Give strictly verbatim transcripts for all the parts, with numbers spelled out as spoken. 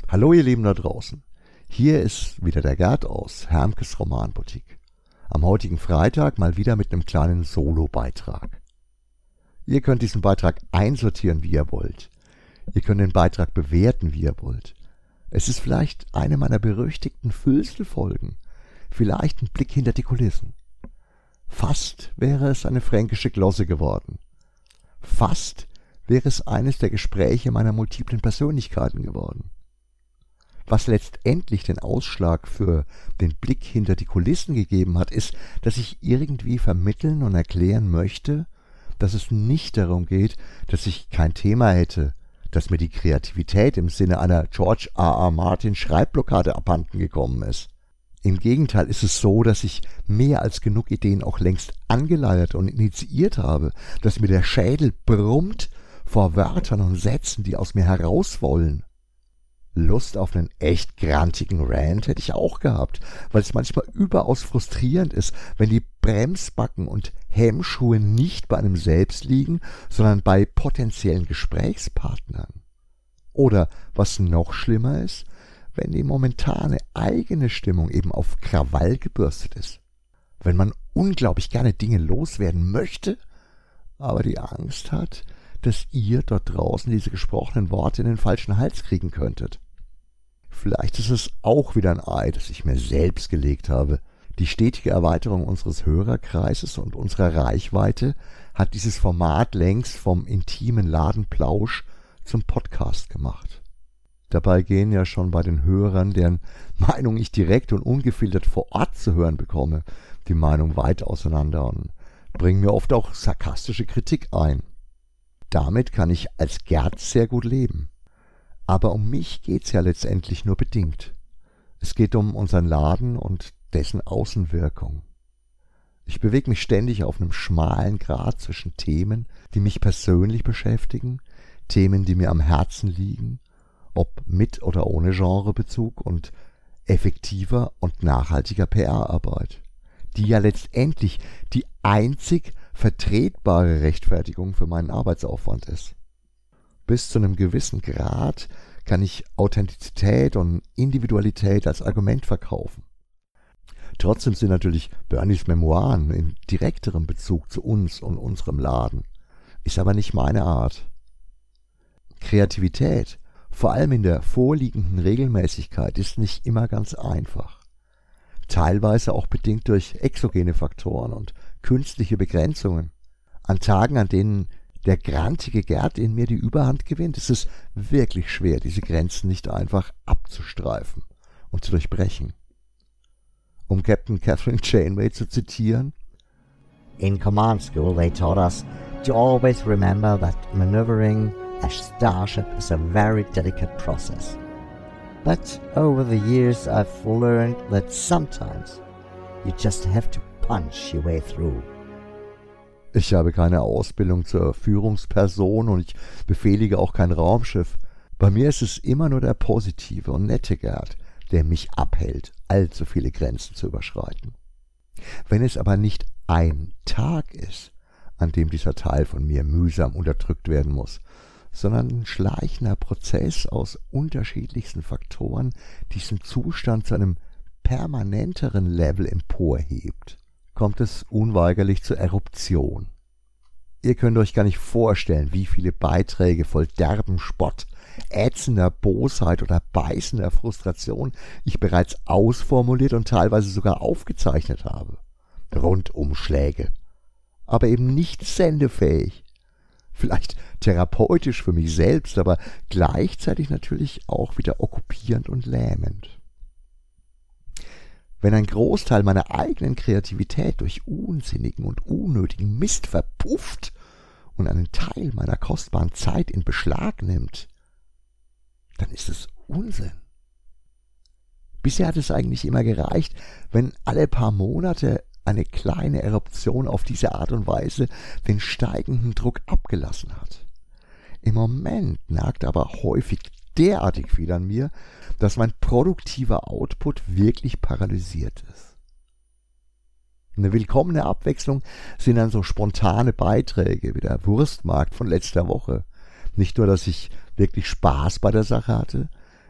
Hallo ihr Lieben da draußen, hier ist wieder der Gerd aus Hermkes Romanboutique. Am heutigen Freitag mal wieder mit einem kleinen Solo-Beitrag. Ihr könnt diesen Beitrag einsortieren, wie ihr wollt. Ihr könnt den Beitrag bewerten, wie ihr wollt. Es ist vielleicht eine meiner berüchtigten Füllsel-Folgen, vielleicht ein Blick hinter die Kulissen. Fast wäre es eine fränkische Glosse geworden. Fast wäre es eines der Gespräche meiner multiplen Persönlichkeiten geworden. Was letztendlich den Ausschlag für den Blick hinter die Kulissen gegeben hat, ist, dass ich irgendwie vermitteln und erklären möchte, dass es nicht darum geht, dass ich kein Thema hätte, dass mir die Kreativität im Sinne einer George R R. Martin Schreibblockade abhanden gekommen ist. Im Gegenteil ist es so, dass ich mehr als genug Ideen auch längst angeleiert und initiiert habe, dass mir der Schädel brummt vor Wörtern und Sätzen, die aus mir heraus wollen. Lust auf einen echt grantigen Rant hätte ich auch gehabt, weil es manchmal überaus frustrierend ist, wenn die Bremsbacken und Hemmschuhe nicht bei einem selbst liegen, sondern bei potenziellen Gesprächspartnern. Oder, was noch schlimmer ist, wenn die momentane eigene Stimmung eben auf Krawall gebürstet ist. Wenn man unglaublich gerne Dinge loswerden möchte, aber die Angst hat, dass ihr dort draußen diese gesprochenen Worte in den falschen Hals kriegen könntet. Vielleicht ist es auch wieder ein Ei, das ich mir selbst gelegt habe. Die stetige Erweiterung unseres Hörerkreises und unserer Reichweite hat dieses Format längst vom intimen Ladenplausch zum Podcast gemacht. Dabei gehen ja schon bei den Hörern, deren Meinung ich direkt und ungefiltert vor Ort zu hören bekomme, die Meinung weit auseinander und bringen mir oft auch sarkastische Kritik ein. Damit kann ich als Gerd sehr gut leben. Aber um mich geht's ja letztendlich nur bedingt. Es geht um unseren Laden und dessen Außenwirkung. Ich bewege mich ständig auf einem schmalen Grat zwischen Themen, die mich persönlich beschäftigen, Themen, die mir am Herzen liegen, ob mit oder ohne Genrebezug, und effektiver und nachhaltiger P R-Arbeit, die ja letztendlich die einzig vertretbare Rechtfertigung für meinen Arbeitsaufwand ist. Bis zu einem gewissen Grad kann ich Authentizität und Individualität als Argument verkaufen. Trotzdem sind natürlich Bernies Memoiren in direkterem Bezug zu uns und unserem Laden. Ist aber nicht meine Art. Kreativität, vor allem in der vorliegenden Regelmäßigkeit, ist nicht immer ganz einfach. Teilweise auch bedingt durch exogene Faktoren und künstliche Begrenzungen. An Tagen, an denen der grantige Gerd in mir die Überhand gewinnt, ist es wirklich schwer, diese Grenzen nicht einfach abzustreifen und zu durchbrechen. Um Captain Catherine Janeway zu zitieren: In command school they taught us to always remember that maneuvering a starship is a very delicate process. But over the years I've learned that sometimes you just have to punch your way through. Ich habe keine Ausbildung zur Führungsperson und ich befehlige auch kein Raumschiff. Bei mir ist es immer nur der positive und nette Gerd, der mich abhält, allzu viele Grenzen zu überschreiten. Wenn es aber nicht ein Tag ist, an dem dieser Teil von mir mühsam unterdrückt werden muss, sondern ein schleichender Prozess aus unterschiedlichsten Faktoren diesen Zustand zu einem permanenteren Level emporhebt, kommt es unweigerlich zur Eruption. Ihr könnt euch gar nicht vorstellen, wie viele Beiträge voll derben Spott, ätzender Bosheit oder beißender Frustration ich bereits ausformuliert und teilweise sogar aufgezeichnet habe. Rundumschläge. Aber eben nicht sendefähig. Vielleicht therapeutisch für mich selbst, aber gleichzeitig natürlich auch wieder okkupierend und lähmend. Wenn ein Großteil meiner eigenen Kreativität durch unsinnigen und unnötigen Mist verpufft und einen Teil meiner kostbaren Zeit in Beschlag nimmt, dann ist es Unsinn. Bisher hat es eigentlich immer gereicht, wenn alle paar Monate eine kleine Eruption auf diese Art und Weise den steigenden Druck abgelassen hat. Im Moment nagt aber häufig derartig viel an mir, dass mein produktiver Output wirklich paralysiert ist. Eine willkommene Abwechslung sind dann so spontane Beiträge wie der Wurstmarkt von letzter Woche. Nicht nur, dass ich wirklich Spaß bei der Sache hatte,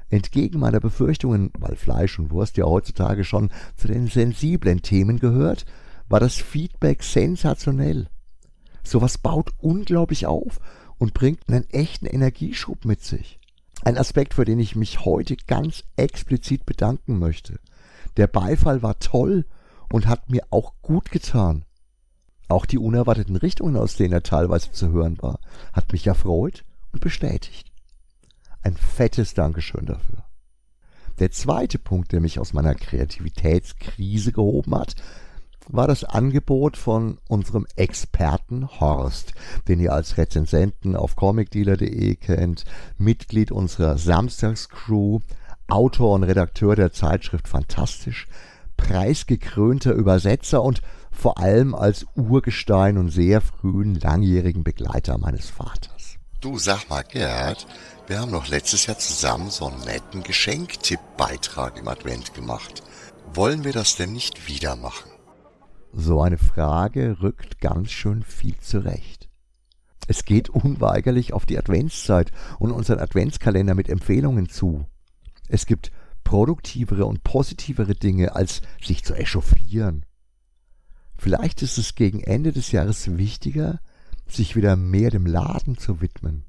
Entgegen meiner Befürchtungen, weil Fleisch und Wurst ja heutzutage schon zu den sensiblen Themen gehört, war das Feedback sensationell. Sowas baut unglaublich auf und bringt einen echten Energieschub mit sich. Ein Aspekt, für den ich mich heute ganz explizit bedanken möchte. Der Beifall war toll und hat mir auch gut getan. Auch die unerwarteten Richtungen, aus denen er teilweise zu hören war, hat mich erfreut und bestätigt. Ein fettes Dankeschön dafür. Der zweite Punkt, der mich aus meiner Kreativitätskrise gehoben hat, war das Angebot von unserem Experten Horst, den ihr als Rezensenten auf comicdealer punkt de kennt, Mitglied unserer Samstagscrew, Autor und Redakteur der Zeitschrift Fantastisch, preisgekrönter Übersetzer und vor allem als Urgestein und sehr frühen langjährigen Begleiter meines Vaters. Du, sag mal, Gerd, wir haben doch letztes Jahr zusammen so einen netten Geschenktipp-Beitrag im Advent gemacht. Wollen wir das denn nicht wieder machen? So eine Frage rückt ganz schön viel zurecht. Es geht unweigerlich auf die Adventszeit und unseren Adventskalender mit Empfehlungen zu. Es gibt produktivere und positivere Dinge, als sich zu echauffieren. Vielleicht ist es gegen Ende des Jahres wichtiger, sich wieder mehr dem Laden zu widmen.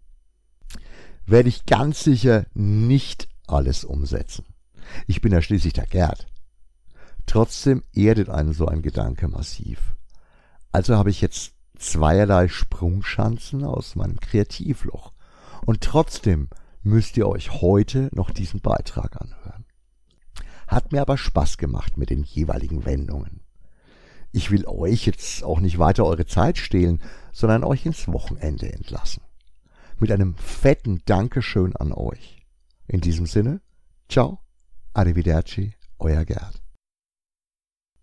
Werde ich ganz sicher nicht alles umsetzen. Ich bin ja schließlich der Gerd. Trotzdem erdet einen so ein Gedanke massiv. Also habe ich jetzt zweierlei Sprungschanzen aus meinem Kreativloch. Und trotzdem müsst ihr euch heute noch diesen Beitrag anhören. Hat mir aber Spaß gemacht mit den jeweiligen Wendungen. Ich will euch jetzt auch nicht weiter eure Zeit stehlen, sondern euch ins Wochenende entlassen. Mit einem fetten Dankeschön an euch. In diesem Sinne, ciao, arrivederci, euer Gerd.